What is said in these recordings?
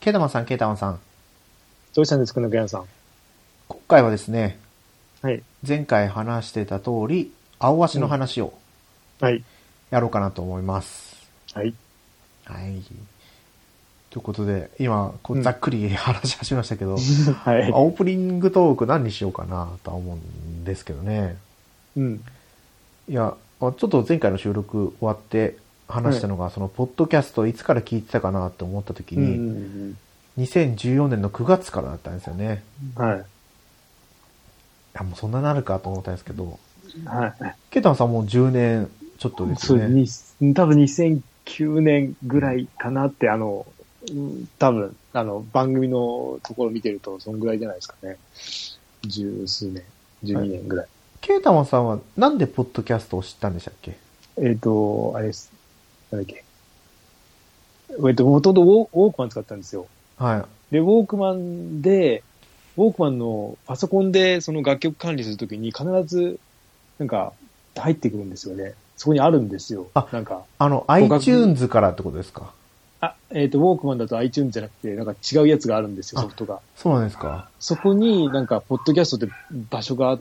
ケータマンさん、ケータマンさん。 どうしたんですか、中山さん。 今回はですね、 はい。 前回話してた通り、青足の話をはい。 やろうかなと思います。 はい。 はい。ということで、今、 うんざっくり話し始めましたけど、 はい。 オープニングトーク何にしようかなとは思うんですけどね。 うん。 いや、ちょっと前回の収録終わって話したのが、その、ポッドキャストいつから聞いてたかなと思った時うん。うに、 ん。 2014年の9月からだったんですよね。 はい。 いや、もうそんななるかと思ったんですけど、 はい。 ケイタマンさんもう10年ちょっとですそうよね。 多分2009年ぐらいかなって、多分、番組のところ見てると、そんぐらいじゃないですかね。十数年、12年ぐらい。 ケイタマンさんはなんでポッドキャストを知ったんでしたっけ？ あれです。なんだっけ。もともとウォークマン使ったんですよ。 はい。 で、ウォークマンのパソコンでその楽曲管理するときに必ず、なんか、入ってくるんですよね。そこにあるんですよ。 あ、 なんか、 iTunes からってことですか？ ウォークマンだと iTunes じゃなくて、なんか違うやつがあるんですよ、ソフトが。 そうなんですか。 そこになんか、ポッドキャストって場所があって、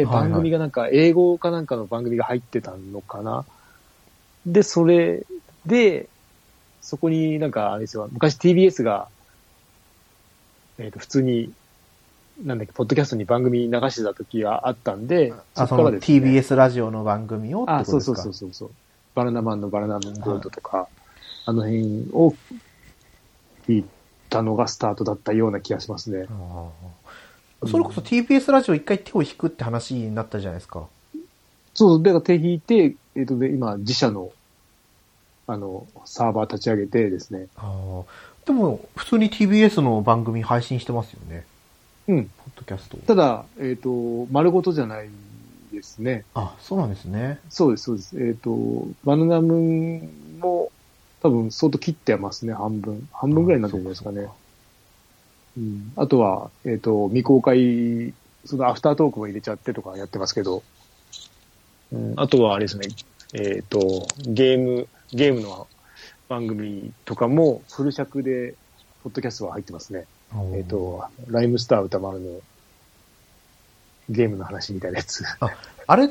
はいはい番組がなんか、英語かなんかの番組が入ってたのかな。で、それで、そこになんか、あれですよ、昔 TBS が、普通に、なんだっけ、ポッドキャストに番組流してた時があったんで、そこからですね。 TBS ラジオの番組をってことですか？ そう。バナナマンのバナナマンゴールドとか、はい、あの辺を聞いたのがスタートだったような気がしますね。 それこそ TBS ラジオ一回手を引くって話になったじゃないですか。 そう、だから手引いて、今、自社の、サーバー立ち上げてですね。 でも、普通に TBS の番組配信してますよね。 うん。 ポッドキャスト。 ただ、丸ごとじゃないですね。 あ、そうなんですね。 そうです、そうです。バナナムーンも、多分、相当切ってますね、半分。半分ぐらいになってるんですかね。うん。あとは、未公開、そのアフタートークも入れちゃってとかやってますけど、うん、あとはあれですね、ゲームの番組とかもフル尺で、ポッドキャストは入ってますね。ライムスター歌丸のゲームの話みたいなやつ。 あれって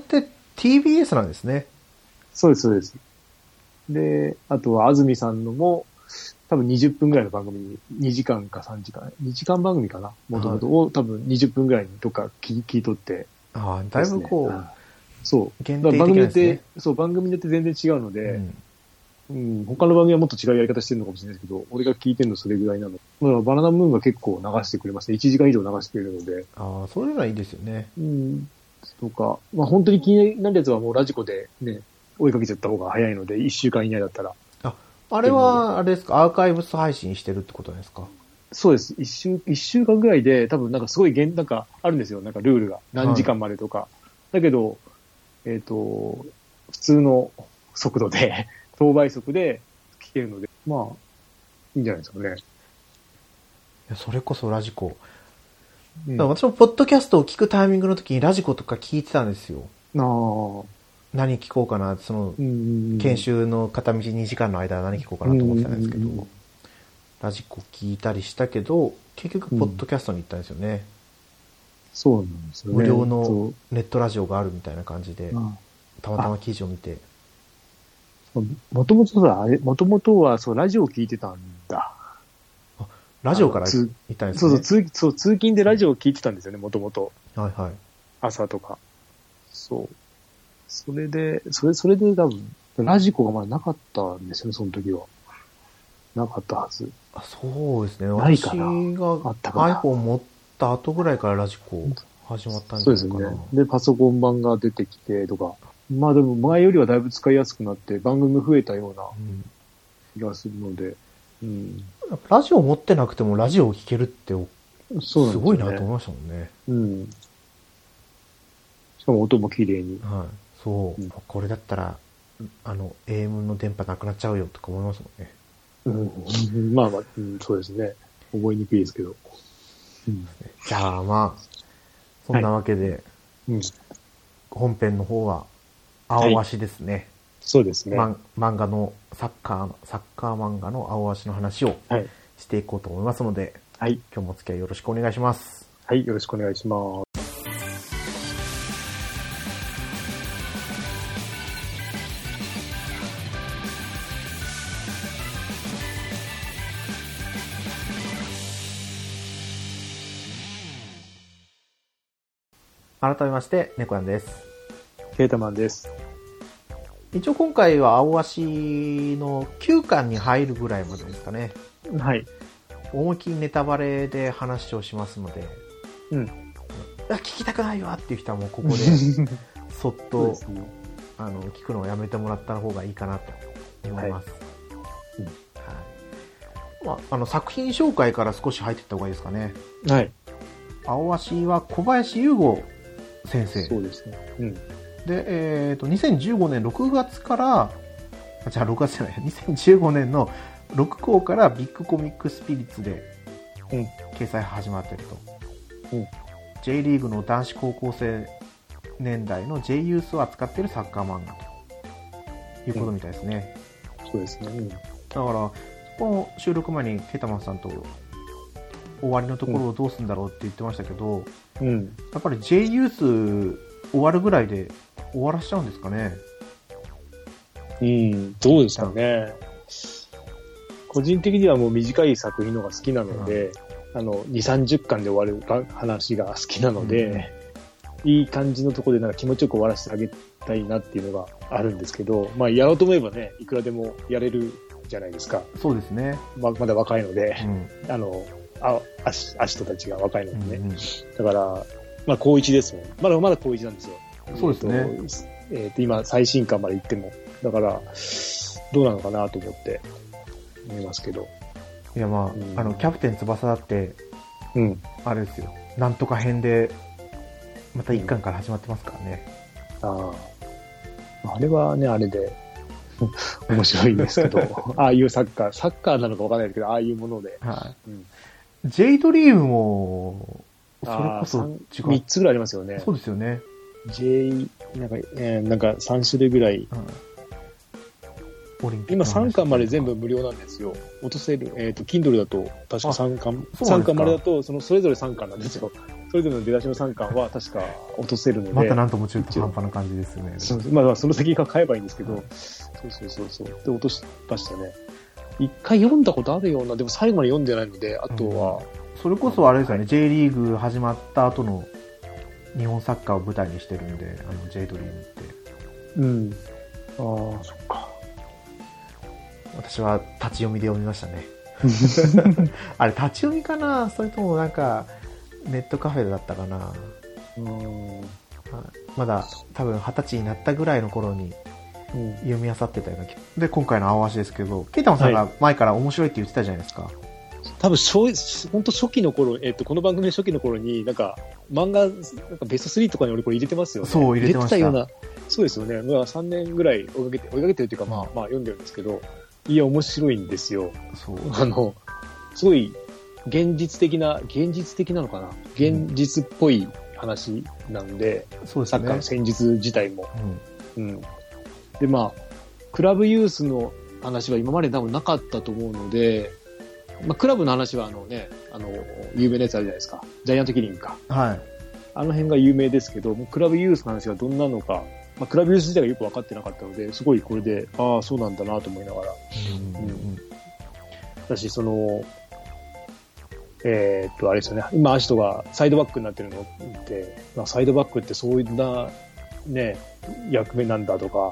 TBS なんですね。 そうです、そうです。で、あとは安住さんのも、多分20分ぐらいの番組に、2時間か3時間、2時間番組かなもともとを多分20分ぐらいにどっか聞い取って、ね。 だいぶこう、 そう。 限定的なんですね。 番組によって全然違うので、他の番組はもっと違うやり方してるのかもしれないですけど、俺が聞いてるのそれぐらいなの。だからバナナムーンが結構流してくれますね。1時間以上流してくれるので。 そういうのはいいですよね。 とか、まあ本当に気になるやつはもうラジコでね、追いかけちゃった方が早いので、1週間以内だったら。 あれは、あれですか、アーカイブス配信してるってことですか？ そうです。一週間ぐらいで、多分なんかすごいなんかあるんですよ。なんかルールが。何時間までとか。だけど、普通の速度で、等倍速で聞けるので、まあ、いいんじゃないですかね。 いや、それこそラジコ。私もポッドキャストを聞くタイミングの時にラジコとか聞いてたんですよ。何聞こうかな、研修の片道2時間の間は何聞こうかなと思ってたんですけど、ラジコ聞いたりしたけど、結局ポッドキャストに行ったんですよね。 そうなんですよね。 無料のネットラジオがあるみたいな感じで、たまたま記事を見て。 もともとはそう、ラジオを聞いてたんだ。 ラジオから行ったんですね。 通勤でラジオを聞いてたんですよね、もともと。 はいはい。 朝とか。そう。それで多分、ラジコがまだなかったんですよね、その時は。なかったはず。 そうですね。 ないかな。 私が iPhone 持った後ぐらいからラジコ始まったんじゃないかな。そうですね。 で、パソコン版が出てきてとか。まあでも前よりはだいぶ使いやすくなって番組増えたような気がするので。 ラジオ持ってなくてもラジオを聴けるってすごいなと思いましたもんね。 しかも音も綺麗に。 はい。そう。これだったら、AM の電波なくなっちゃうよとか思いますもんね。 まあまあ、そうですね。覚えにくいですけど。 じゃあまあ、そんなわけで、本編の方は、青足ですね。 そうですね。 漫画の、サッカー漫画の青足の話をしていこうと思いますので、 はい。 今日もお付き合いよろしくお願いします。 はい、よろしくお願いします。 改めまして、猫やんです。 ケータマンです。 一応今回は青足の9巻に入るぐらいまでですかね。 はい。 思いっきりネタバレで話をしますので、 うん。 聞きたくないわっていう人はもうここでそっと、ね、聞くのをやめてもらった方がいいかなと思います。はい。まあ、作品紹介から少し入っていった方がいいですかね。 はい。 青足は小林優吾先生。 そうですね。うん。 で、2015年6月から、6月じゃない、2015年の6号からビッグコミックスピリッツで、掲載始まっていると。うん。J リーグの男子高校生年代の J ユースを扱っているサッカー漫画ということみたいですね。 そうですね。だから、この収録前にケータマンさんと終わりのところをどうするんだろうって言ってましたけど、やっぱり J ユース終わるぐらいで終わらしちゃうんですかね。 どうですかね。個人的にはもう短い作品の方が好きなので、2、30巻で終わる話が好きなので、いい感じのところでなんか気持ちよく終わらせてあげたいなっていうのがあるんですけど、まあやろうと思えばね、いくらでもやれるじゃないですか。 そうですね。 まだ若いので、アシトたちが若いのでね。だから、まあ高1ですもん。まだ高1なんですよ。 そうですね。今最新刊まで行っても。だから、どうなのかなと思って思いますけど。 いやまあ、キャプテン翼だって、あれですよ。なんとか編で、また1巻から始まってますからね。 あれはね、あれで、面白いんですけど、ああいうサッカーなのかわからないけど、ああいうもので。 J ドリームも、それこそ 3つぐらいありますよね。 そうですよね。 なんか3種類ぐらい。今3巻まで全部無料なんですよ。落とせる、Kindle だと、確か3巻までだと、それぞれ3巻なんですよ。それぞれの出だしの3巻は確か落とせるので。 またなんとも中途半端な感じですよね。 まあ、その先が買えばいいんですけど、そう。で、落としましたね。一回読んだことあるような、でも最後まで読んでないので、あとは。 それこそあれですよね、J リーグ始まった後の日本サッカーを舞台にしてるんで、J ドリームって。 そっか。 私は立ち読みで読みましたね。あれ、立ち読みかな、それともなんか、ネットカフェだったかな。まだ多分20歳になったぐらいの頃に読み漁ってたような気で、今回の青足ですけど、ケイタマンさんが前から面白いって言ってたじゃないですか。 多分本当初期の頃、この番組の初期の頃に、なんか、漫画、なんかベスト3とかに俺これ入れてますよね。 そう、入れてました。 ような、そうですよね。まあ3年ぐらい追いかけてるっていうか、まあ読んでるんですけど、いや、面白いんですよ。 そう。 すごい、現実的なのかな、現実っぽい話なんで、 そうですね、 サッカーの戦術自体も。で、まあ、クラブユースの話は今まで多分なかったと思うので、まあ、クラブの話は有名なやつあるじゃないですか。ジャイアントキリングか。 はい。 あの辺が有名ですけど、クラブユースの話がどんなのか、まあ、クラブユース自体がよく分かってなかったので、すごいこれで、ああ、そうなんだなと思いながら。だし、あれですよね。今、アシトがサイドバックになってるのって、まあ、サイドバックってそういうな、ね、役目なんだとか、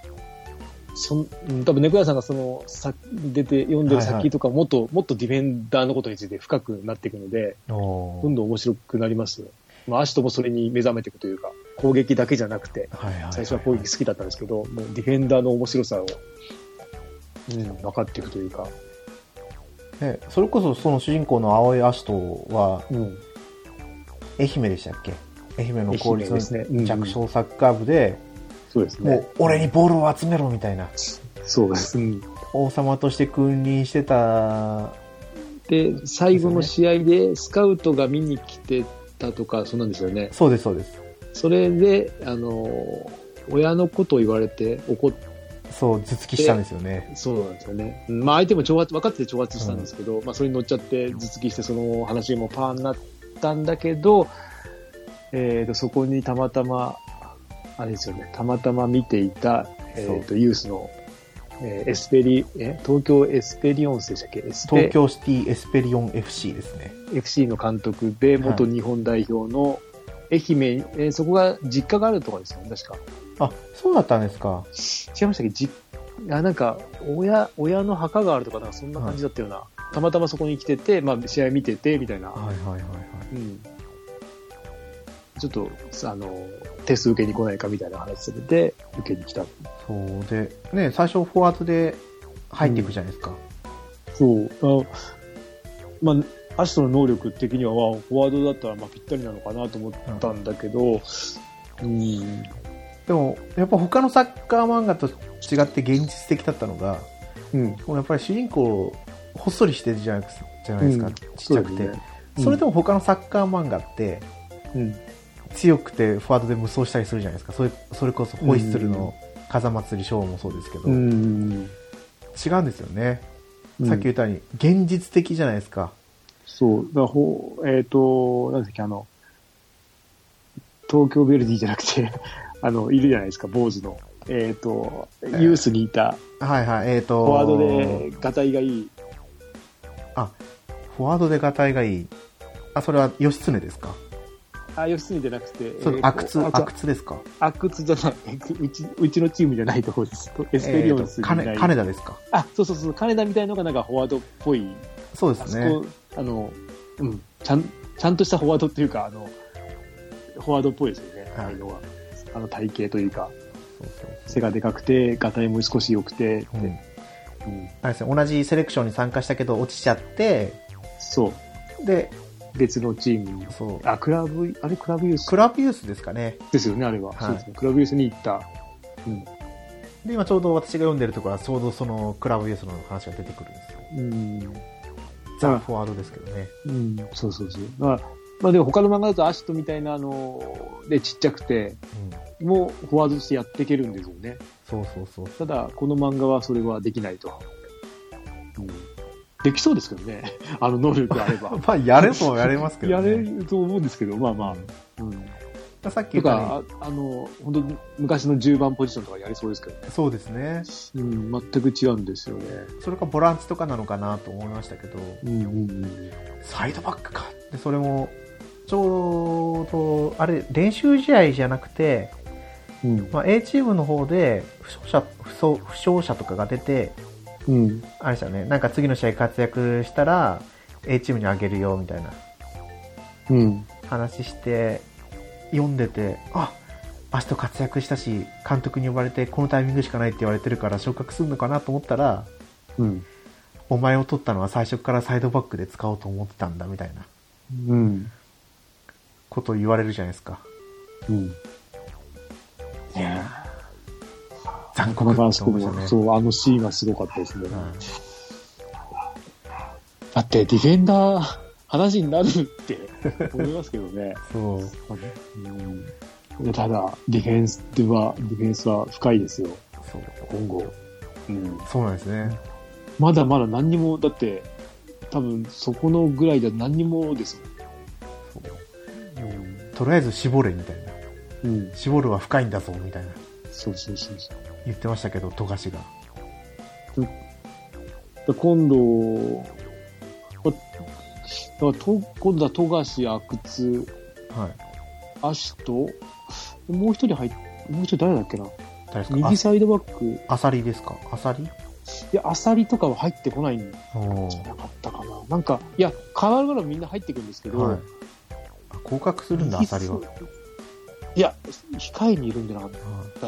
多分猫屋さんが出て読んでる先とか、もっとディフェンダーのことについて深くなっていくので、どんどん面白くなりますよ。まあ、アシトもそれに目覚めていくというか、攻撃だけじゃなくて、最初は攻撃好きだったんですけど、もうディフェンダーの面白さを、分かっていくというか。 それこそその主人公の青井葦人は、愛媛でしたっけ？愛媛の公立の弱小サッカー部で、 そうですね。 もう俺にボールを集めろみたいな。 そうです。 王様として君臨してた。 で、最後の試合でスカウトが見に来てたとか、そうなんですよね。 そうです、そうです。 それで、親のことを言われて怒っそう、頭突きしたんですよね。 そうなんですよね。まあ相手も分かってて挑発したんですけど、まあそれに乗っちゃって頭突きしてその話もパーになったんだけど、そこにたまたま、あれですよね、たまたま見ていた、ユースの、東京エスペリオンスでしたっけ？ 東京シティエスペリオン FC ですね。 FC の監督で、元日本代表の愛媛、そこが実家があるとかですよね、確か。 あ、そうだったんですか。 違いましたっけ？なんか、親の墓があるとか、なんかそんな感じだったような、たまたまそこに来てて、まあ試合見てて、みたいな。 はいはいはいはい。 うん。ちょっと、テスト受けに来ないかみたいな話されて、受けに来た。 そうで、ね、最初フォワードで入っていくじゃないですか。 そう。まあ、アシトの能力的には、フォワードだったらまあぴったりなのかなと思ったんだけど、 でも、やっぱ他のサッカー漫画と違って現実的だったのが、もうやっぱり主人公、ほっそりしてるじゃないですか、ちっちゃくて。それでも他のサッカー漫画って、強くてフォワードで無双したりするじゃないですか。それこそホイッスルの風祭りショーもそうですけど、違うんですよね。さっき言ったように、現実的じゃないですか。 そう。だからなんだっけ、東京ヴェルディじゃなくて、いるじゃないですか、坊主の。ユースにいた。 はいはい、 フォワードで、ガタイがいい。 あ、フォワードでガタイがいい。あ、それは義経ですか？ 義経じゃなくて、 阿久津ですか？ 阿久津じゃない、うちのチームじゃないところです。エスペリオンスにない。 金田ですか？ そう、金田みたいのがなんかフォワードっぽい。 そうですね。 ちゃんとしたフォワードっていうか、フォワードっぽいですよね。ああいうのは。体型というか、背がでかくて、ガタイも少し良くて、 あれですね、同じセレクションに参加したけど落ちちゃって、 そう。で、別のチームに。 そう。 クラブユース。 クラブユースですかね。 ですよね、あれは。そうですね。クラブユースに行った。 で、今ちょうど私が読んでるところは、ちょうどそのクラブユースの話が出てくるんですよ。ザ・フォワードですけどね。 そう。まあでも他の漫画だとアシトみたいなでちっちゃくて、もうフォワードとしてやっていけるんですよね。 そう。 ただ、この漫画はそれはできないと。できそうですけどね。能力があれば。 まあ、やれとはやれますけどね。やれると思うんですけど、まあ。 さっき言ったように。本当に昔の10番ポジションとかやりそうですけどね。 そうですね。 全く違うんですよね。 それかボランチとかなのかなと思いましたけど、サイドバックかで、それも、ちょうど、あれ、練習試合じゃなくて、A チームの方で負傷者とかが出て、あれでしたね、なんか次の試合活躍したら A チームにあげるよみたいな話して読んでて、アシト活躍したし監督に呼ばれてこのタイミングしかないって言われてるから昇格するのかなと思ったら、お前を取ったのは最初からサイドバックで使おうと思ってたんだみたいな、ことを言われるじゃないですか。いや残酷なシーンがすごかったですね。だってディフェンダー話になるって思いますけどね。 そう。 ただディフェンスは深いですよ。 そう。 今後。 そうなんですね。 まだまだ何にも、だって多分そこのぐらいじゃ何にもですもん。 とりあえず絞れみたいな。絞るは深いんだぞみたいな。 そう。 言ってましたけど、富樫が。 今度は富樫、阿久津、アシト、もう一人誰だっけな。右サイドバック。 アサリですか？アサリ？いや、アサリとかは入ってこないんじゃなかったかな。なんか、いや、変わるからみんな入ってくるんですけど。 降格するんだ、アサリは。 いや、控えにいるんじゃなかった。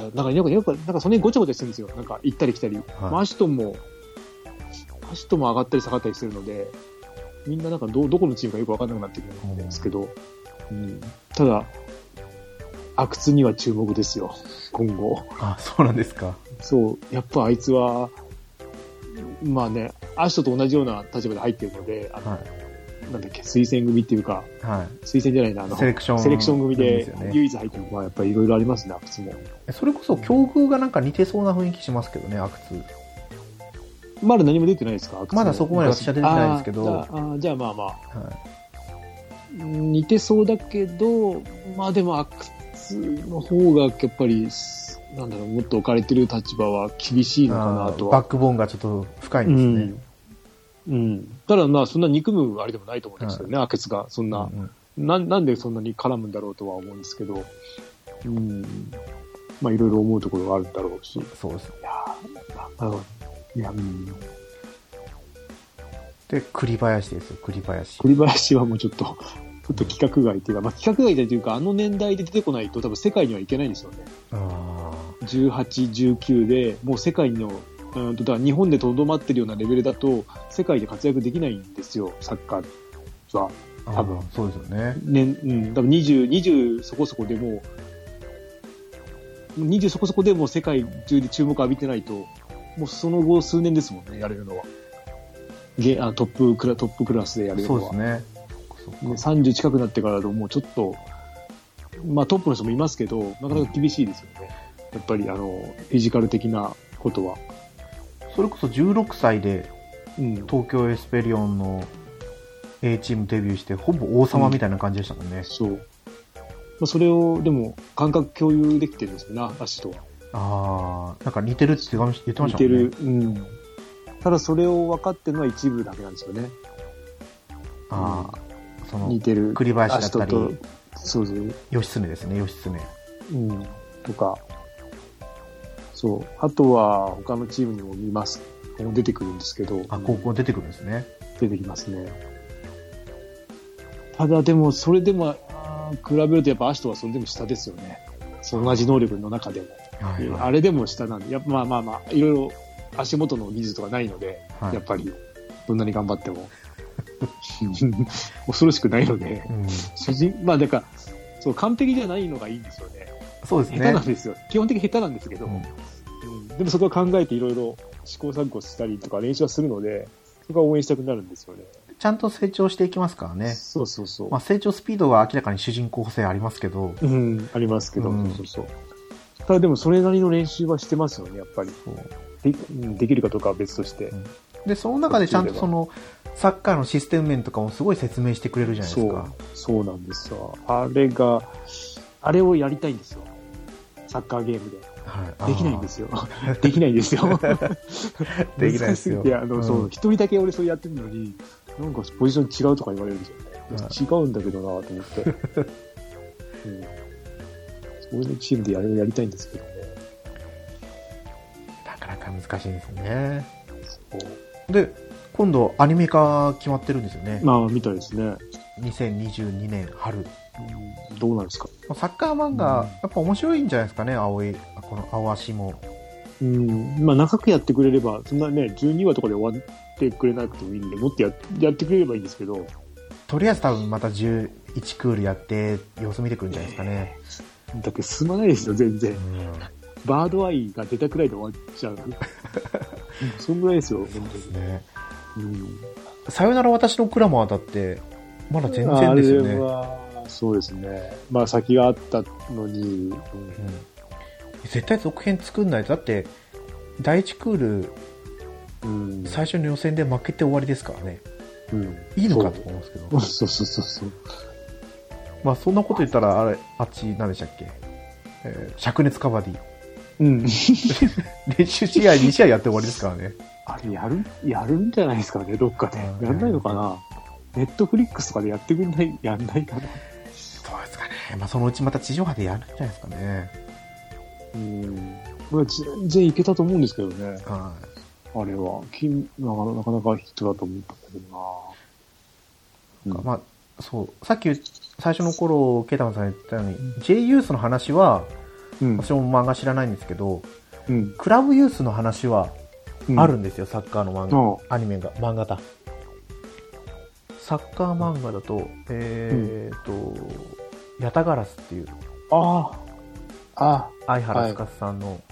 なんかその辺ごちゃごちゃしてるんですよ。なんか行ったり来たり。アシトも上がったり下がったりしてるので、みんななんかどこのチームかよくわかんなくなってくるんですけど、ただ、阿久津には注目ですよ、今後。 そうなんですか。 そう、やっぱあいつは、まあね、アシトと同じような立場で入ってるので、 なんだっけ、推薦組っていうか、 はい。 推薦じゃないな、 セレクション組で唯一入ってるのはやっぱりいろいろありますね、阿久津も。 それこそ境遇がなんか似てそうな雰囲気しますけどね、阿久津。 まだ何も出てないですか？ まだそこまで私は出てないですけど。 じゃあまあまあ、はい。似てそうだけど、まあでも阿久津の方がやっぱり、なんだろう、もっと置かれてる立場は厳しいのかなとは。 バックボーンがちょっと深いんですね。 うん。ただまあそんな憎むあれでもないと思うんですよね、阿久津が。そんな、なんでそんなに絡むんだろうとは思うんですけど。まあいろいろ思うところがあるんだろうし。 そうです。で、栗林ですよ、栗林。 栗林はもうちょっと規格外っていうか、まあ規格外というか、あの年代で出てこないと多分世界にはいけないんですよね。18、19で、もう世界の、だから日本でとどまってるようなレベルだと、世界で活躍できないんですよ、サッカーは。多分。 そうですよね。 多分20そこそこでもう、20そこそこでもう世界中で注目浴びてないと、もうその後数年ですもんね、やれるのは。トップクラスでやれるのは。 そうですね。 30近くなってからだともうちょっと、まあトップの人もいますけど、なかなか厳しいですよね。やっぱりフィジカル的なことは。 それこそ16歳で、東京エスペリオンの A チームデビューして、ほぼ王様みたいな感じでしたもんね。 そう。まあ、それを、でも、感覚共有できてるんですよな、足とは。なんか似てるって言ってましたもんね。 似てる。ただそれを分かってるのは一部だけなんですよね。 その似てる。 栗林だったり、 そうそう。 義経ですね、義経。 とか。そう。あとは、他のチームにも見ます。出てくるんですけど。 高校出てくるんですね。 出てきますね。ただでも、それでも、比べるとやっぱ足とはそれでも下ですよね。同じ能力の中でも。あれでも下なんで、やっぱまあ、いろいろ足元の技術とかないので、やっぱり、どんなに頑張っても。恐ろしくないので、まあだから、そう、完璧じゃないのがいいんですよね。 そうですね。 下手なんですよ。基本的に下手なんですけど、でもそこは考えていろいろ試行錯誤したりとか練習はするので、そこは応援したくなるんですよね。 ちゃんと成長していきますからね。 そうそうそう。 まあ成長スピードは明らかに主人公性ありますけど。 ありますけど、そう。ただでもそれなりの練習はしてますよね、やっぱり。できるかどうかは別として。 で、その中でちゃんとその、サッカーのシステム面とかもすごい説明してくれるじゃないですか。 そうなんですよ。あれをやりたいんですよ。サッカーゲームで。できないんですよ。できないんですよ。 できないですよ。 そう、一人だけ俺それやってるのに、なんかポジション違うとか言われるんですよね。違うんだけどなと思って。そういうチームでやりたいんですけどね。 なかなか難しいですよね。で、今度アニメ化決まってるんですよね。 みたいですね。 2022年春。 どうなんですか？ サッカー漫画、やっぱ面白いんじゃないですかね、この青足も。 まあ長くやってくれれば、そんなね、12話とかで終わってくれなくてもいいんで、もっとやってくれればいいんですけど。 とりあえず多分また11クールやって、様子見てくるんじゃないですかね。 だって進まないですよ、全然。バードアイが出たくらいで終わっちゃう。そんぐらいですよ、本当に。ね。 さよなら私のクラマーだって、まだ全然ですよね。 あれはそうですね。まあ先があったのに、 絶対続編作んないと。だって、第1クール、最初の予選で負けて終わりですからね。いいのかと思うんですけど。 そう。 まあそんなこと言ったら、あっち、何でしたっけ、灼熱カバディ。練習試合2試合やって終わりですからね。 あれやるんじゃないですかね、どっかで。やんないのかな。ネットフリックスとかでやんないかな。そうですかね。まあそのうちまた地上波でやるんじゃないですかね。 まあ全然いけたと思うんですけどね。あれは。なかなかヒットだと思ったんだけどな。 まあ、そう。さっき最初の頃、ケイタマンさんが言ったように、J ユースの話は、私も漫画知らないんですけど、クラブユースの話はあるんですよ、サッカーの漫画、アニメが、漫画だ。サッカー漫画だと、ヤタガラスっていう、相原司さんの、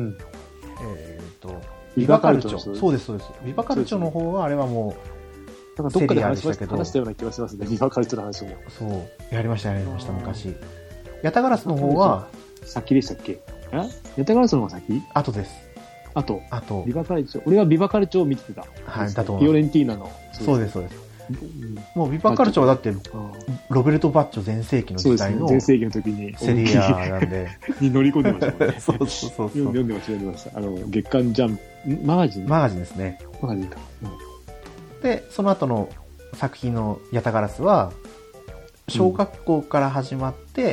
ビバカルチョ。そうです。ビバカルチョの方は、あれはもう、 なんかどっかで話したような気がしますね。ビバカルチョの話も。 そう。やりました、昔。ヤタガラスの方は、 先でしたっけ？ヤタガラスの方が先？ 後です。 後。ビバカルチョ。俺はビバカルチョを見てた。 はい、だと思う。 フィオレンティーナの。 そうです、そうです。もうビバカルチョはだって、ロベルト・バッチョ全盛期の時代の。 全盛期の時に。 セリアなんで。 に乗り込んでましたもんね。 そう。 読んでました。月刊ジャンプ、マガジンですね。 マガジンか。 で、その後の作品のヤタガラスは、小学校から始まって、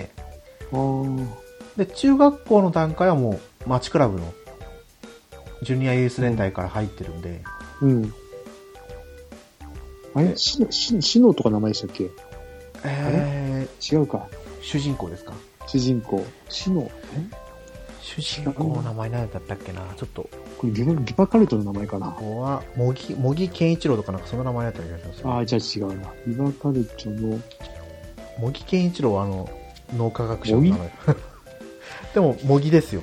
で、中学校の段階はもう、町クラブの、ジュニアユース年代から入ってるんで。 あれシノとか名前でしたっけ？違うか。 主人公ですか？ 主人公。シノ？ 主人公の名前何だったっけな？ちょっと。 これビバカルトの名前かな？ ここは、茂木健一郎とかなんかその名前だった気がします。 じゃあ違うな。ビバカルトの。 茂木健一郎は脳科学者の名前。でも、茂木ですよ。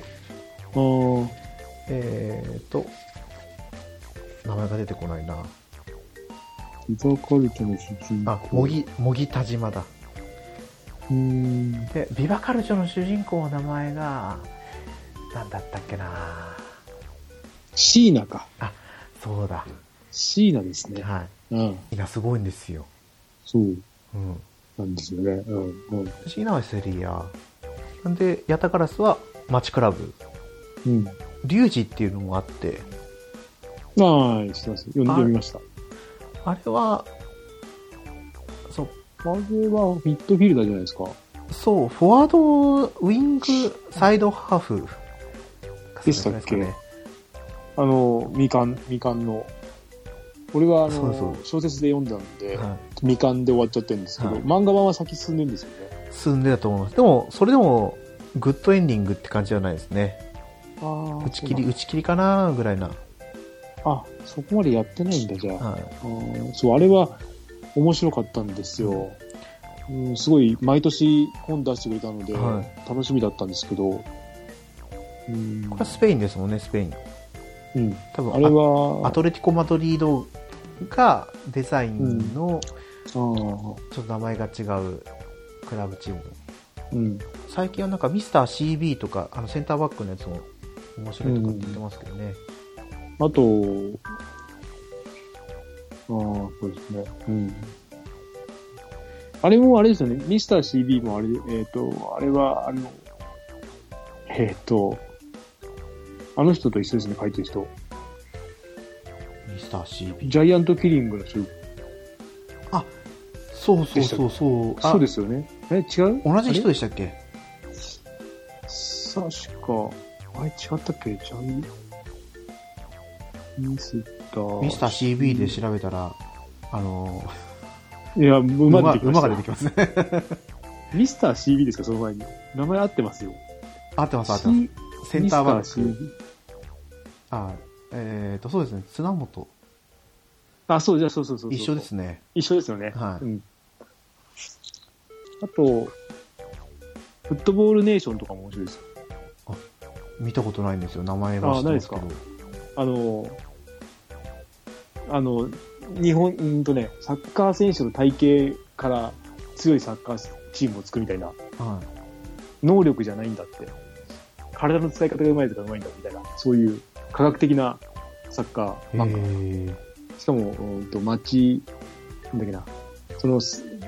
名前が出てこないな。 ビバカルトの主人公。 茂木田島だ。で、ビバカルチョの主人公の名前が、なんだったっけな。 シーナか。 そうだ。 シーナですね。 はい。シーナすごいんですよ。 そう。なんですよね。 シーナはセリア。で、ヤタガラスはマチクラブ。リュウジっていうのもあって。 はい、知ってます。読みました。 あれは、 あれはミッドフィルダーじゃないですか。 そう、フォワード、ウィング、サイドハーフ。 でしたっけ？未完の。俺は小説で読んだんで、未完で終わっちゃってるんですけど、漫画版は先進んでるんですよね。 進んでたと思います。でも、それでも、グッドエンディングって感じじゃないですね。打ち切りかなぐらいな。 そこまでやってないんだ、じゃあ。そう、あれは面白かったんですよ。すごい、毎年本出してくれたので、楽しみだったんですけど。これはスペインですもんね、スペイン。多分、 あれは、 アトレティコ・マドリードがデザインの、ちょっと名前が違うクラブチーム。最近はなんかミスター CB とか、センターバックのやつも面白いとかって言ってますけどね。 あと、そうですね。あれもあれですよね。ミスター CB もあれ、あれは、あの人と一緒ですね、書いてる人。 ミスター CB。 ジャイアントキリングの人。 そう。 そうですよね。違う？ 同じ人でしたっけ？ 確か、違ったっけ？ミスター CB で調べたら、 いや、馬が出てきますね。 ミスター CB ですか、その前に。名前合ってますよ。 合ってます。センターバック。そうですね、綱本。 そう。 一緒ですね。 一緒ですよね。 はい。 あと、フットボールネーションとかも面白いですよ。 見たことないんですよ、名前は知ってますけど。 日本、サッカー選手の体型から強いサッカーチームを作るみたいな。能力じゃないんだって。体の使い方がうまいとかうまいんだみたいな。そういう科学的なサッカー漫画。しかも、街、なんだっけな。その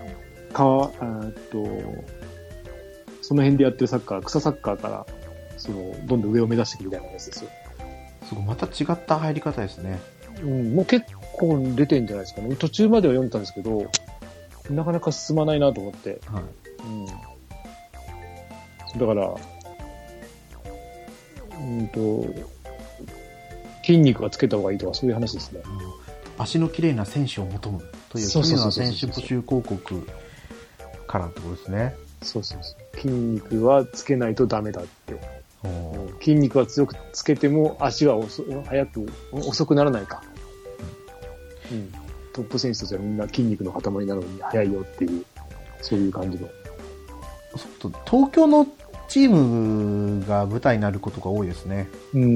辺でやってるサッカー、草サッカーから、どんどん上を目指していくみたいなやつですよ。 また違った入り方ですね。 もう結構出てんじゃないですかね。途中までは読んでたんですけど、なかなか進まないなと思って。だから、筋肉がつけた方がいいとかそういう話ですね。 足の綺麗な選手を求むという、綺麗な選手募集広告からってことですね。 そう。筋肉はつけないとダメだって。筋肉は強くつけても足は遅くならないか。トップ選手たちはみんな筋肉の塊なのに速いよっていう、そういう感じの。 東京のチームが舞台になることが多いですね。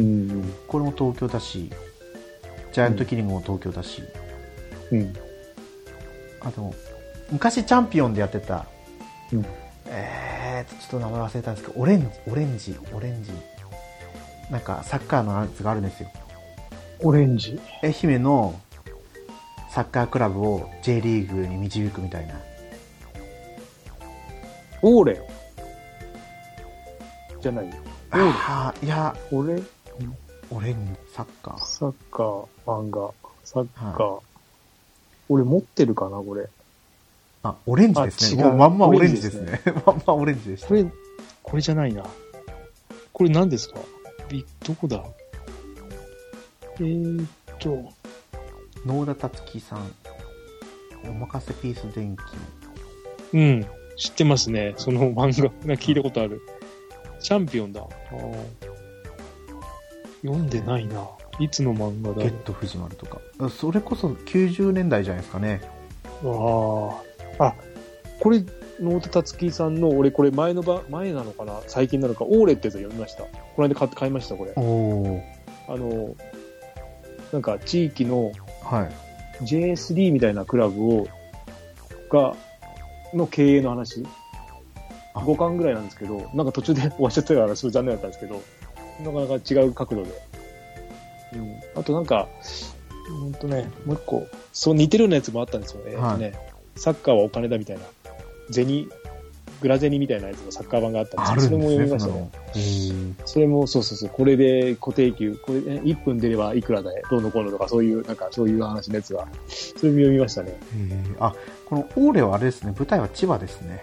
これも東京だし、ジャイアントキリングも東京だし。 あと、昔チャンピオンでやってた、 うん、 ちょっと名前忘れたんですけど、オレンジ。なんかサッカーのやつがあるんですよ。 オレンジ。 愛媛のサッカークラブを J リーグに導くみたいな。 オーレじゃないよ。 ああ、いや、オレンジ、サッカー、漫画、サッカー。はい、俺持ってるかな、これ。 あ、オレンジですね。もうまんまオレンジですね。まんまオレンジでした。 これじゃないな。これ何ですか？どこだ？ 野田達樹さん。おまかせピース電気。 うん。知ってますね。その漫画。聞いたことある。チャンピオンだ。読んでないな。いつの漫画だ？ ゲット藤丸とか。それこそ90年代じゃないですかね。 あ、これ、野田達樹さんの、俺これ前なのかな、最近なのか、オーレってやつ読みました。この間買いました、これ。なんか地域の JS3 みたいなクラブの経営の話。5巻ぐらいなんですけど、なんか途中で終わっちゃったから、すごい残念だったんですけど、なかなか違う角度で。うん。あとなんか、もう一個、そう似てるようなやつもあったんですよね。サッカーはお金だみたいな。グラゼニみたいなやつのサッカー版があったんですけど、それも読みましたね。それも、そう。これで固定給、これ1分出ればいくらだよ、どうのこうのとか、そういう話のやつは、それも読みましたね。 このオーレはあれですね、舞台は千葉ですね。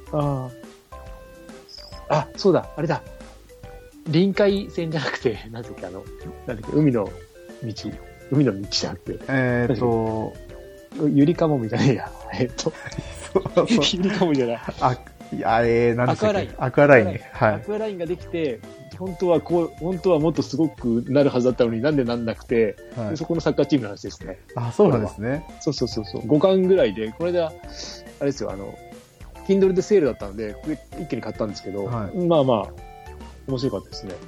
そうだ、あれだ。臨海線じゃなくて、なんだっけ、海の道じゃなくて。ゆりかもみたいな。ゆりかもじゃない。 何でしたっけ？ アクアライン。はい。アクアラインができて、本当はもっとすごくなるはずだったのになんでなんなくて、そこのサッカーチームの話ですね。 そうなんですね。 そう。5巻ぐらいで、これで、あれですよ、Kindle でセールだったので、一気に買ったんですけど、まあ、面白かったですね。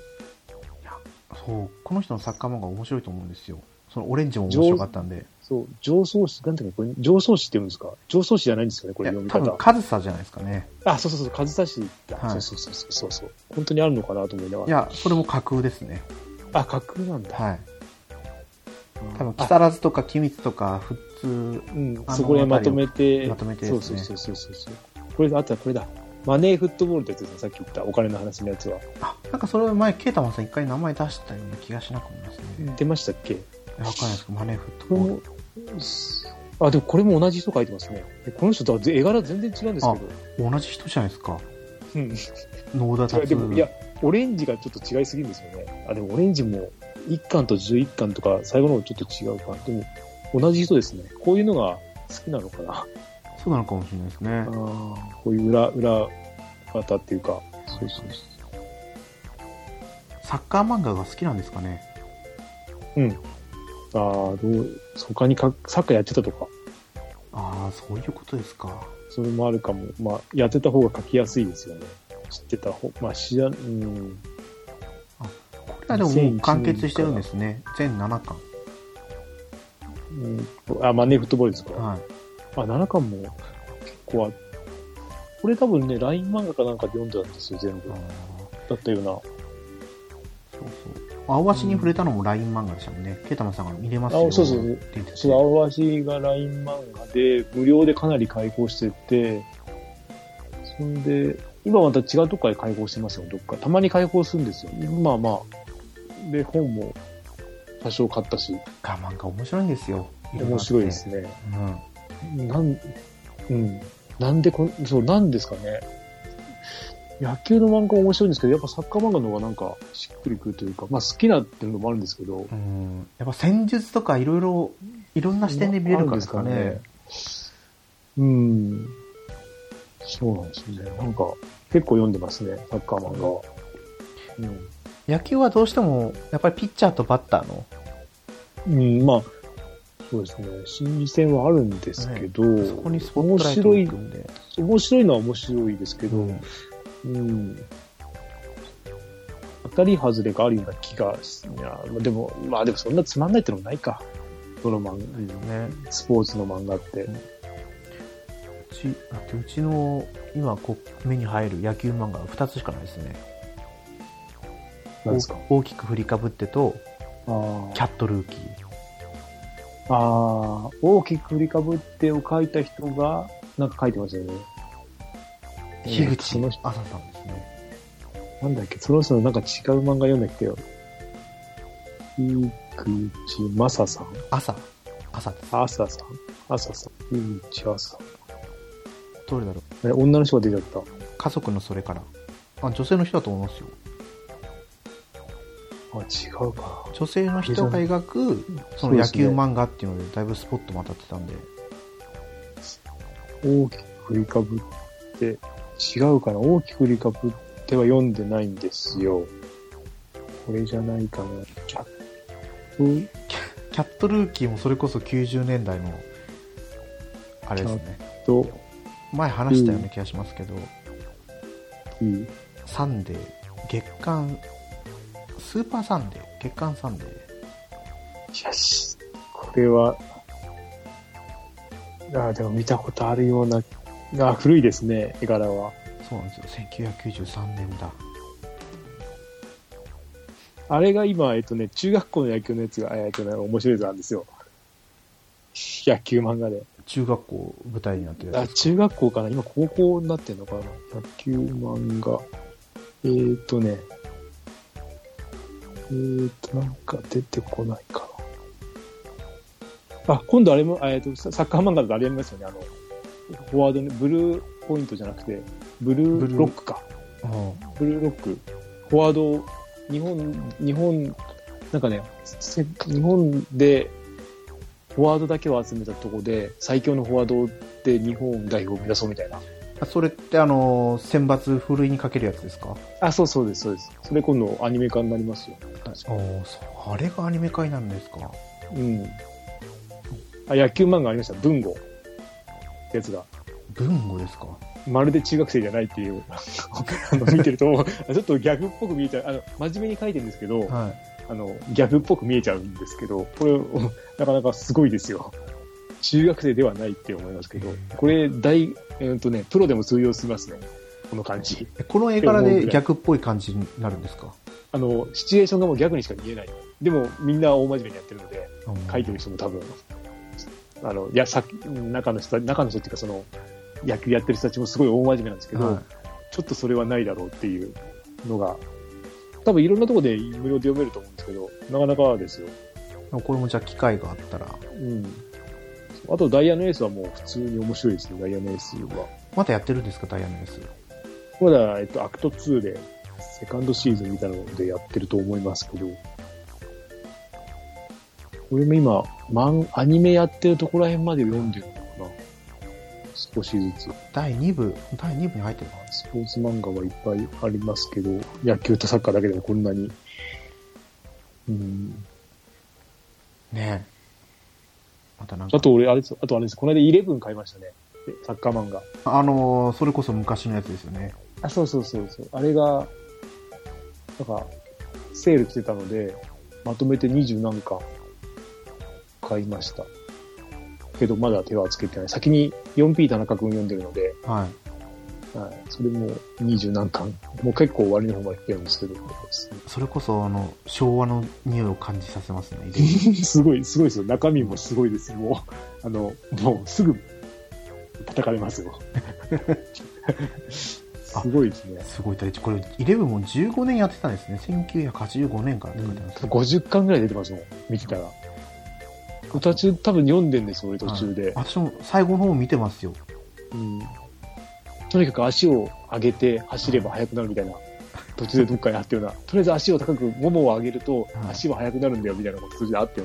そう、この人のサッカー漫画面白いと思うんですよ。そのオレンジも面白かったんで。 そう、上層紙、なんていうか、これ、上層紙って言うんですか？上層紙じゃないんですよね、これ読み方。 多分、カズサじゃないですかね。 そう、カズサ紙だ。そう。本当にあるのかなと思いながら。 いや、それも架空ですね。 架空なんだ。 はい。多分、木更津とか君津とか、普通、 そこでまとめてですね。 そう。これだ。マネーフットボールってやつですね、さっき言ったお金の話のやつは。 なんかそれは前、ケータマンさん一回名前出したような気がしなくなりますね。 出ましたっけ？ わかんないですけど、マネーフットボール。 でもこれも同じ人書いてますね。この人とは絵柄全然違うんですけど。同じ人じゃないですか。 野田達。でも、オレンジがちょっと違いすぎるんですよね。でもオレンジも1巻と11巻とか最後の方ちょっと違うか。でも、同じ人ですね。こういうのが好きなのかな。 そうなのかもしれないですね。 こういう裏方っていうか。そう。 サッカー漫画が好きなんですかね。 他にサッカーやってたとか。 そういうことですか。 それもあるかも。やってた方が書きやすいですよね。知ってた方、これはでももう完結してるんですね。全7巻。 マネーフットボールですか？ はい。 7巻も結構これ多分ね、LINE 漫画かなんかで読んでたんですよ、全部。だったような。そう。 青橋に触れたのも LINE 漫画でしたもんね。ケータマンさんが見れますよ。 そう。青橋が LINE 漫画で、無料でかなり開放してて、そんで、今また違うとこから開放してますよ、どっか。たまに開放するんですよ。で、本も多少買ったし。 漫画面白いんですよ。 面白いですね。なんでなんですかね。野球の漫画面白いんですけど、やっぱサッカー漫画の方がなんかしっくりくるというか、好きなっていうのもあるんですけど。 やっぱ戦術とかいろんな視点で見れるんですかね。 そうなんですね。なんか結構読んでますね、サッカー漫画は。 野球はどうしてもやっぱりピッチャーとバッターの。 そうですね。心理戦はあるんですけど、 そこにスポットライトを置くんで。 面白いのは面白いですけど、当たり外れがあるような気が、でもそんなつまんないってのもないか。 どの漫画、ね、スポーツの漫画って。 うちの今目に入る野球漫画は2つしかないですね。 何ですか？ 大きく振りかぶってと、キャットルーキー。 大きく振りかぶってを書いた人が、なんか書いてますよね。 樋口朝さんですね。 なんだっけ、その人のなんか違う漫画読んだっけよ。樋口正さん。 朝です。 朝さん。樋口朝。 どれだろう。 女の人が出ちゃった。 家族のそれから。女性の人だと思いますよ。 違うかな。 女性の人が描く、その野球漫画っていうので、だいぶスポットも当たってたんで。 大きく振りかぶって、違うかな。大きく振りかぶっては読んでないんですよ。これじゃないかな。キャットルーキーもそれこそ90年代の、あれですね。前話したような気がしますけど、サンデー、月刊、スーパーサンデー、月刊サンデー。 よし。これは、でも見たことあるような、古いですね、絵柄は。 そうなんですよ、1993年だ。 あれが今、中学校の野球のやつが、面白いやつなんですよ。野球漫画で。 中学校舞台になってるやつ。 中学校かな、今高校になってんのかな。野球漫画。なんか出てこないかな。今度あれも、サッカー漫画だとあれやりますよね。フォワードに、ブルーポイントじゃなくて、ブルーロックか。ブルーロック。フォワード、日本、なんかね、日本で、フォワードだけを集めたところで、最強のフォワードで日本代表を目指そうみたいな。 それって選抜ふるいにかけるやつですか？ そうです。それ今度アニメ化になりますよ。 あれがアニメ化になるんですか？ うん。野球漫画ありました。文吾ってやつが。 文吾ですか？ まるで中学生じゃないっていう見てるとちょっとギャグっぽく見えちゃう。真面目に書いてるんですけど、はい、ギャグっぽく見えちゃうんですけど、これなかなかすごいですよ。中学生ではないって思いますけど、これプロでも通用しますね。この感じ。 この絵柄でギャグっぽい感じになるんですか？ シチュエーションがもうギャグにしか見えない。でもみんな大真面目にやってるので、書いてる人も多分、中の人っていうか野球やってる人たちもすごい大真面目なんですけど、ちょっとそれはないだろうっていうのが、多分いろんなところで無料で読めると思うんですけど、なかなかですよ。 これもじゃあ機会があったら。 あとダイヤのエースはもう普通に面白いですね、ダイヤのエースは。 まだやってるんですか、ダイヤのエース。 まだ、アクト2で、セカンドシーズンみたいなのでやってると思いますけど、俺も今、アニメやってるところら辺まで読んでるのかな。少しずつ。 第2部に入ってるの？ スポーツ漫画はいっぱいありますけど、野球とサッカーだけでもこんなに。 ねえ。 あとあれです。この間11買いましたね。サッカー漫画。 それこそ昔のやつですよね。 そう。あれが、なんか、セールしてたので、まとめて20何巻買いました。けど、まだ手はつけてない。先に 4P 田中くん読んでるので、はい。それも20何巻。もう結構終わりの方まで来てるんですけど、 それこそ、昭和の匂いを感じさせますね。 すごいですよ。中身もすごいですよ。もうすぐ叩かれますよ。すごいですね。 すごい。これ、11も15年やってたんですね。1985年からって書いてます。 50巻ぐらい出てますもん。見てたら。途中多分読んでんですよ、俺途中で。 私も最後の方見てますよ。 とにかく足を上げて走れば速くなるみたいな。途中でどっかにあったような。とりあえず足を高く、ももを上げると足は速くなるんだよみたいなこと途中であったよ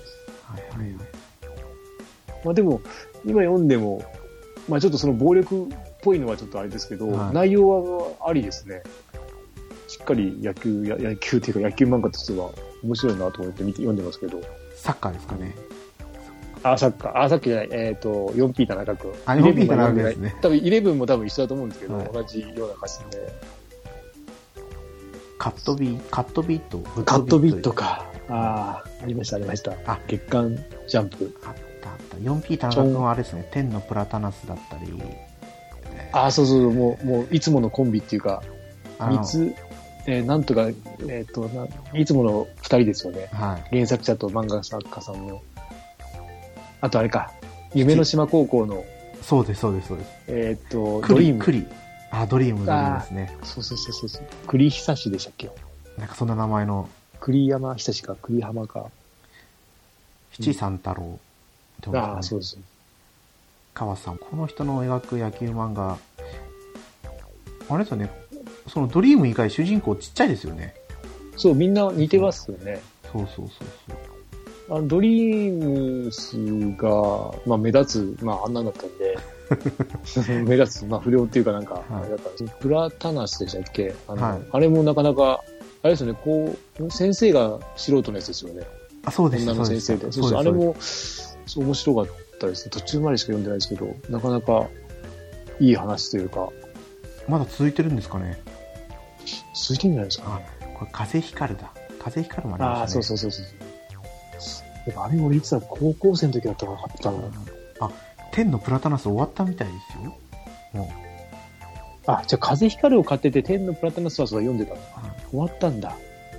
うな。でも、今読んでも、ちょっとその暴力っぽいのはちょっとあれですけど、内容はありですね。しっかり野球っていうか野球漫画としては面白いなと思って読んでますけど。 サッカーですかね。 サッカー。さっきじゃない。4P 田中君。 4P 田中君ですね。 多分11も多分一緒だと思うんですけど、同じような感じで。 カットビート。 カットビートか。ありました、ありました。月刊ジャンプ。 あった。4P 田中君はあれですね、天のプラタナスだったり。 そうそう、もう、いつものコンビっていうか、なんとか、いつもの2人ですよね。 はい。 原作者と漫画作家さんの。あとあれか、夢の島高校の。 そうです。ドリーム。ドリームですね。 そう。栗久志でしたっけ？ なんかそんな名前の。 栗山久志か、栗浜か。 七三太郎って思ってね。 そうです。 川さん。この人の描く野球漫画、あれですよね、そのドリーム以外主人公ちっちゃいですよね。 そう、みんな似てますよね。 そう。 ドリームスが、目立つ、あんなんだったんで、目立つ、不良っていうかなんか、あれだったんです。プラタナスでしたっけ？あれもなかなか、あれですよね、先生が素人のやつですよね。 そうです。 女の先生で。そう、あれも、面白かったですね。途中までしか読んでないですけど、なかなかいい話というか。 まだ続いてるんですかね？ 続いてるんじゃないですかね。 これ、風光るだ。風光るもありましたね。 そう。あれもいつだ、高校生の時だったかなかったの。 天のプラタナス終わったみたいですよ。もう。 じゃあ風光るを買ってて、天のプラタナスは読んでたの。終わったんだ。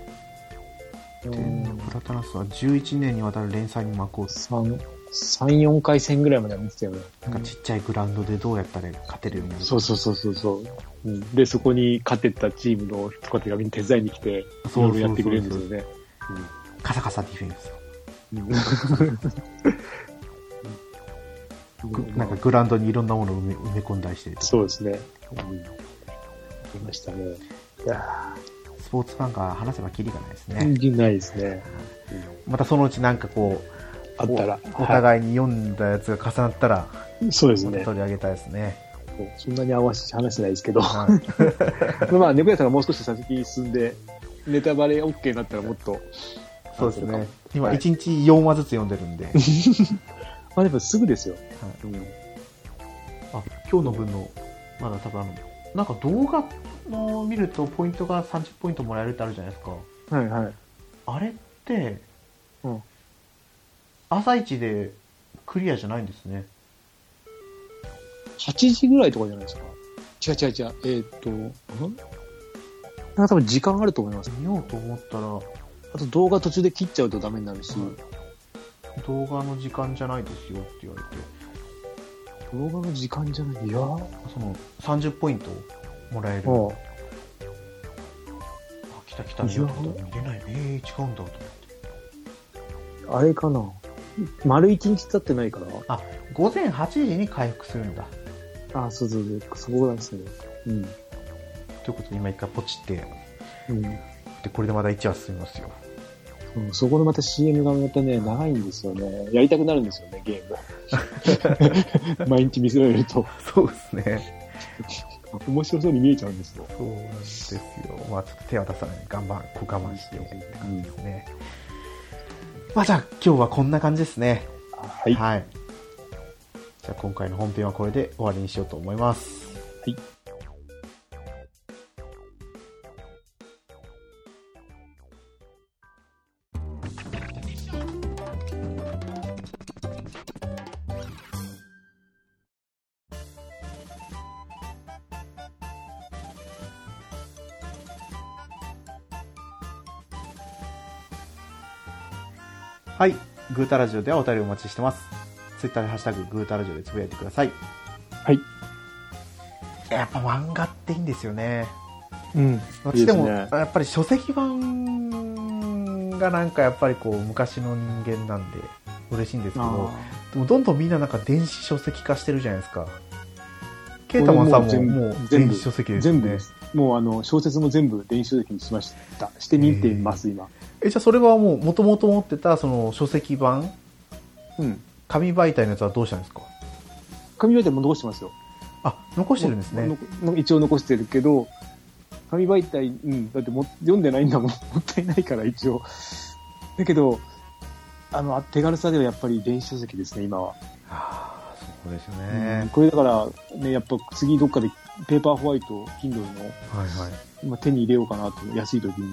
天のプラタナスは11年にわたる連載に幕を 3、4回戦ぐらいまでは見てたよね。 なんかちっちゃいグラウンドでどうやったら勝てるようになる。 そう。で、そこに勝てたチームの人たちがみんな手伝いに来て、いろいろやってくれるんですよね。 カサカサディフェンス。なんかグラウンドにいろんなものを埋め込んだりしてる。 そうですね。いましたね。 スポーツファンが話せばキリがないですね。 ないですね。 またそのうちなんかこう、 あったら。 お互いに読んだやつが重なったら、 そうですね。 取り上げたいですね。 そんなに話してないですけど。猫屋さんがもう少し先進んで、ネタバレ OK になったらもっと。 そうですね。今1日4話ずつ読んでるんで。 でもすぐですよ。 今日の分の、まだ多分なんか動画の見るとポイントが30ポイントもらえるってあるじゃないですか。あれって、朝一でクリアじゃないんですね。 8時ぐらいとかじゃないですか。違う。なんか多分時間あると思います。 見ようと思ったら、 あと動画途中で切っちゃうとダメになるし。 動画の時間じゃないですよって言われて。 動画の時間じゃない？いやその30ポイントもらえる。来た。見れないね。違うんだと思って。 あれかな。丸1日経ってないから。 午前8時に回復するんだ。 そう。そこなんですね。ということで今一回ポチって。で、これでまだ1話進みますよ。 そこのまた CM がまたね、長いんですよね。やりたくなるんですよね、ゲーム。毎日見せられると。 そうですね。 面白そうに見えちゃうんですよ。 そうなんですよ。ちょっと手は出さないで我慢しておくって感じですね。じゃあ今日はこんな感じですね。はい。じゃあ今回の本編はこれで終わりにしようと思います。 はい。 はい。グータラジオではお便りお待ちしてます。ツイッターでハッシュタググータラジオでつぶやいてください。 はい。 やっぱ漫画っていいんですよね。私でも、やっぱり書籍版がなんかやっぱりこう昔の人間なんで嬉しいんですけど、でもどんどんみんななんか電子書籍化してるじゃないですか。ケータマンさんももう電子書籍ですよね。 全部です。もう小説も全部電子書籍にしました。してみてます、今。 じゃあそれはもう元々持ってたその書籍版、紙媒体のやつはどうしたんですか？ 紙媒体も残してますよ。 残してるんですね。 一応残してるけど、紙媒体、だって読んでないんだもん。もったいないから一応。だけど、手軽さではやっぱり電子書籍ですね、今は。 そうですよね。 これだからね、やっぱ次どっかでペーパーホワイト、Kindle の、今手に入れようかなと、安い時に。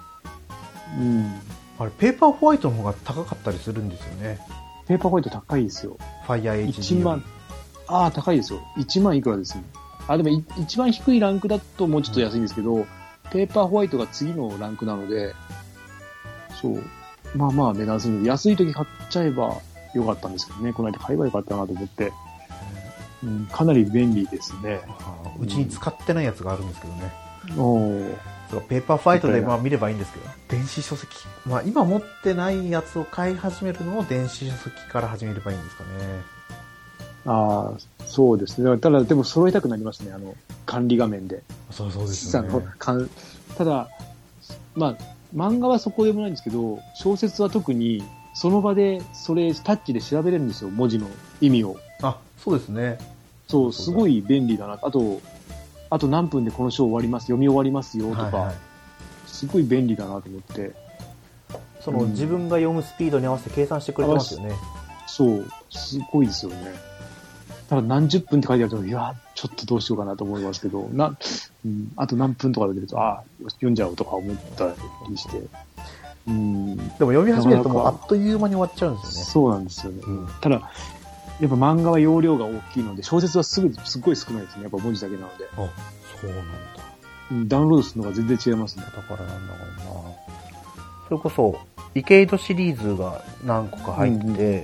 あれ、ペーパーホワイトの方が高かったりするんですよね。 ペーパーホワイト高いですよ。 Fire HD。 1万、高いですよ。1万いくらですね。でも一番低いランクだともうちょっと安いんですけど、ペーパーホワイトが次のランクなので、そう。まあ値段するので、安い時買っちゃえばよかったんですけどね。この間買えばよかったなと思って。かなり便利ですね。 うちに使ってないやつがあるんですけどね。 そうペーパーファイトで見ればいいんですけど、電子書籍。今持ってないやつを買い始めるのを電子書籍から始めればいいんですかね。 そうですね。ただ、でも揃えたくなりますね。管理画面で。 そうですよね。 ただ、漫画はそこでもないんですけど、小説は特に、その場で、それ、タッチで調べれるんですよ。文字の意味を。 そうですね。 そう、すごい便利だな。あと何分でこの章終わります、読み終わりますよ、とか、すごい便利だなと思って。 自分が読むスピードに合わせて計算してくれてますよね。 そう、すごいですよね。ただ何十分って書いてあると、いや、ちょっとどうしようかなと思いますけど、あと何分とかで出ると、読んじゃおうとか思ったりして。 でも読み始めるともうあっという間に終わっちゃうんですよね。 そうなんですよね。ただ、やっぱ漫画は容量が大きいので、小説はすごい少ないですね。やっぱ文字だけなので。 そうなんだ。 ダウンロードするのが全然違いますね。 だからなんだろうな。それこそ、池井戸シリーズが何個か入ってて、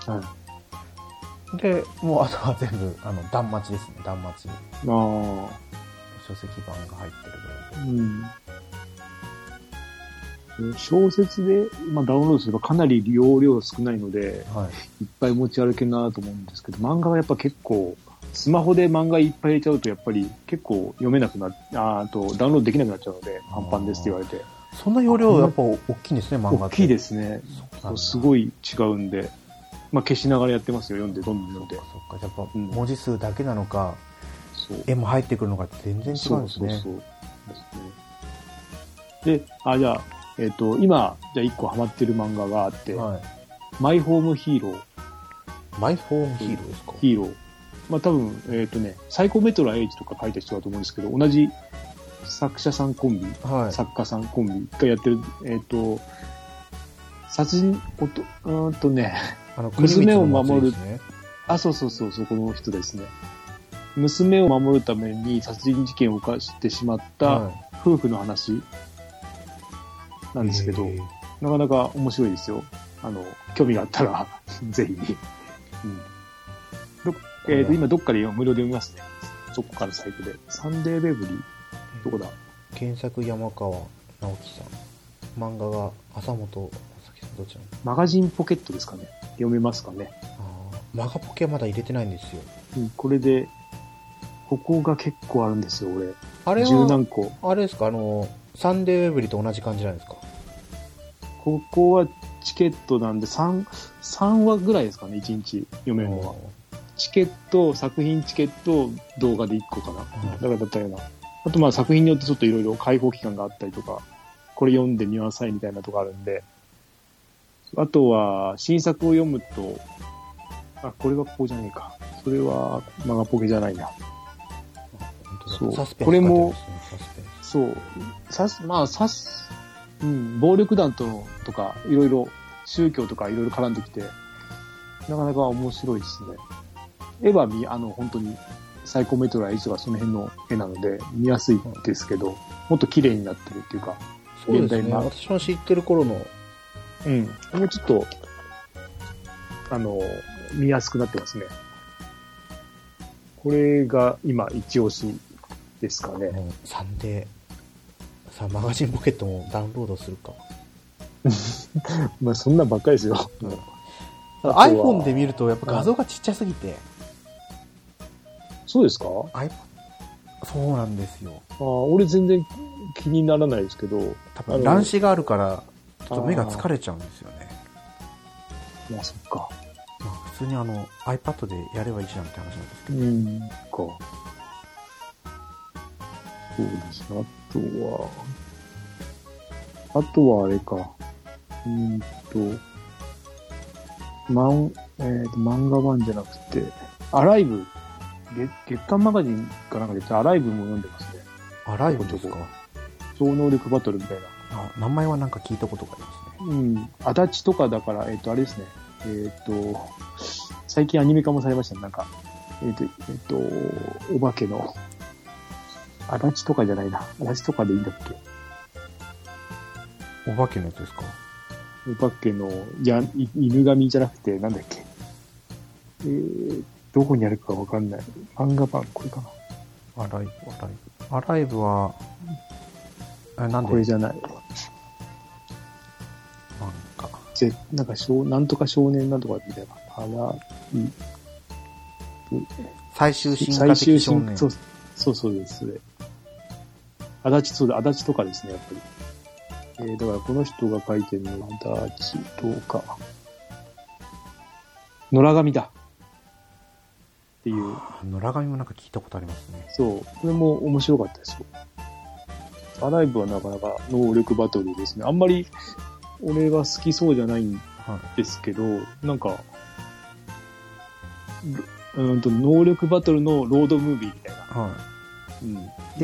で、もうあとは全部、断末ですね、断末。書籍版が入ってるぐらい。小説で、ダウンロードすればかなり容量少ないので、いっぱい持ち歩けるなと思うんですけど、漫画はやっぱ結構、スマホで漫画いっぱい入れちゃうと、やっぱり結構読めなくなっあとダウンロードできなくなっちゃうので、パンパンですって言われて。 そんな容量やっぱ大きいんですね、漫画って。 大きいですね。すごい違うんで。消しながらやってますよ、読んで、どんどん読んで。 そっか、やっぱ文字数だけなのか、絵も入ってくるのかって全然違うんですね。そうで、じゃあ、今、一個ハマってる漫画があって、マイホームヒーロー。 マイホームヒーローですか？ ヒーロー。多分、サイコメトラ H とか書いた人だと思うんですけど、同じ作者さんコンビ、作家さんコンビがやってる、殺人、娘を守る、そう、この人ですね。娘を守るために殺人事件を犯してしまった夫婦の話なんですけど、なかなか面白いですよ。興味があったら、ぜひ。今どっかで無料で読みますね。そこからサイトで。サンデーウェブリー、どこだ？ 検索山川直樹さん。漫画が浅本正樹さん、どちらの？ マガジンポケットですかね。読めますかね。 マガポケはまだ入れてないんですよ。 これで、ここが結構あるんですよ、俺。 あれは、 十何個。 あれですか、サンデーウェブリーと同じ感じなんですか？ ここはチケットなんで3話ぐらいですかね、1日読めるのは。チケット、作品チケット、動画で1個かな。だからだったような。あと作品によってちょっといろいろ開放期間があったりとか、これ読んでみなさいみたいなとこあるんで。あとは、新作を読むと、これはここじゃねえか。それは、マガポケじゃないな。 そう。 これも、そう。暴力団とか、いろいろ、宗教とかいろいろ絡んできて、なかなか面白いですね。絵は本当に、サイコメトラ H とかその辺の絵なので、見やすいですけど、もっと綺麗になってるっていうか、 そうですね。私も知ってる頃の、 もうちょっと、見やすくなってますね。これが今一押しですかね。 サンデー。さあ、マガジンポケットもダウンロードするか。 そんなんばっかりですよ。 iPhone で見るとやっぱ画像がちっちゃすぎて。 そうですか？ そうなんですよ。 俺全然気にならないですけど。 多分乱視があるから、ちょっと目が疲れちゃうんですよね。 そっか。 普通にiPad でやればいいじゃんって話なんですけど。 そうですね。あとはあれか。漫画版じゃなくて、 アライブ、月刊マガジンかなんかでアライブも読んでますね。 アライブですか？ 超能力バトルみたいな。 名前はなんか聞いたことがありますね。 うん。足立とかだから、あれですね。最近アニメ化もされましたね。なんか、お化けの、足立とかじゃないな。足立とかでいいんだっけ？お化けのやつですか？ お化けの、犬神じゃなくて、なんだっけ。どこにあるかわかんない。漫画版、これかな。 アライブは、なんでこれじゃない。なんかなんとか少年なんとかみたいな。 最終進化的少年。 そうです、それ。足立とかですね、やっぱり。だからこの人が書いてるのは、足立とか。野良神だ。っていう。 野良神もなんか聞いたことありますね。 そう。これも面白かったですよ。アライブはなかなか能力バトルですね。あんまり俺は好きそうじゃないんですけど、なんか、能力バトルのロードムービーみたいな。 はい。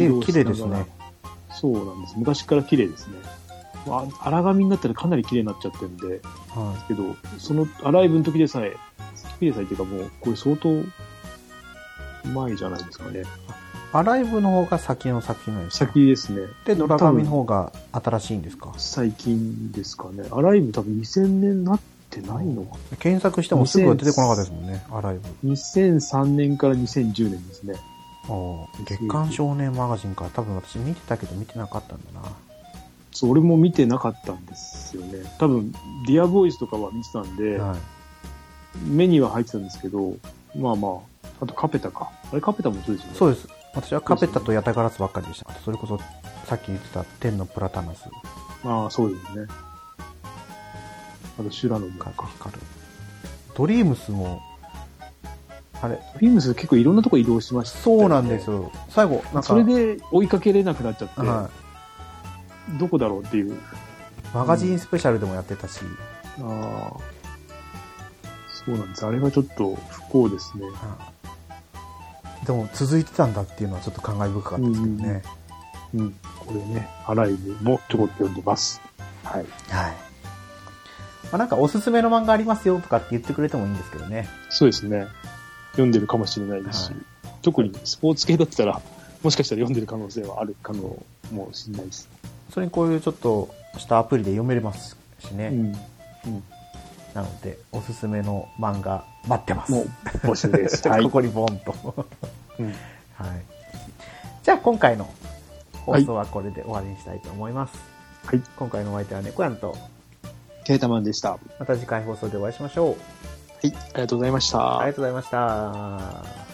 絵綺麗ですね。 そうなんです。昔から綺麗ですね。荒紙になったらかなり綺麗になっちゃってるんで。はい。ですけど、そのアライブの時でさえ、っていうかもう、これ相当、うまいじゃないですかね。 アライブの方が先の作品なんですか？ 先ですね。 で、野良神の方が新しいんですか？ 最近ですかね。アライブ多分2000年なってないのかな。 検索してもすぐは出てこなかったですもんね、アライブ。 2003年から2010年ですね。 月刊少年マガジンか。多分私見てたけど見てなかったんだな。 そう、俺も見てなかったんですよね。多分、ディアボーイズとかは見てたんで、はい、目には入ってたんですけど、まあまあ、あとカペタか。あれカペタもそうですよね。 そうです。私はカペタとヤタガラスばっかりでした。それこそ、さっき言ってた天のプラタナス。 ああ、そうですね。あと、シュラノもか。 ドリームスも、 ドリームス結構いろんなとこ移動しましたね。 そうなんですよ。最後、なんか。 それで追いかけれなくなっちゃって、はい、どこだろうっていう。 マガジンスペシャルでもやってたし。 ああ。そうなんです。あれはちょっと不幸ですね。 でも続いてたんだっていうのはちょっと感慨深かったですけどね。 これね、アライブもちょこっと読んでます。はい。 はい。なんかおすすめの漫画ありますよとかって言ってくれてもいいんですけどね。 そうですね。読んでるかもしれないですし、特にスポーツ系だったら、もしかしたら読んでる可能性はあるかもしれないです。 それにこういうちょっとしたアプリで読めれますしね。なので、おすすめの漫画待ってます。 もう、募集です。 ここにボンと。はい。じゃあ今回の放送はこれで終わりにしたいと思います。 はい。 今回のお相手は猫やんと、 ケータマンでした。 また次回放送でお会いしましょう。 はい。ありがとうございました。 ありがとうございました。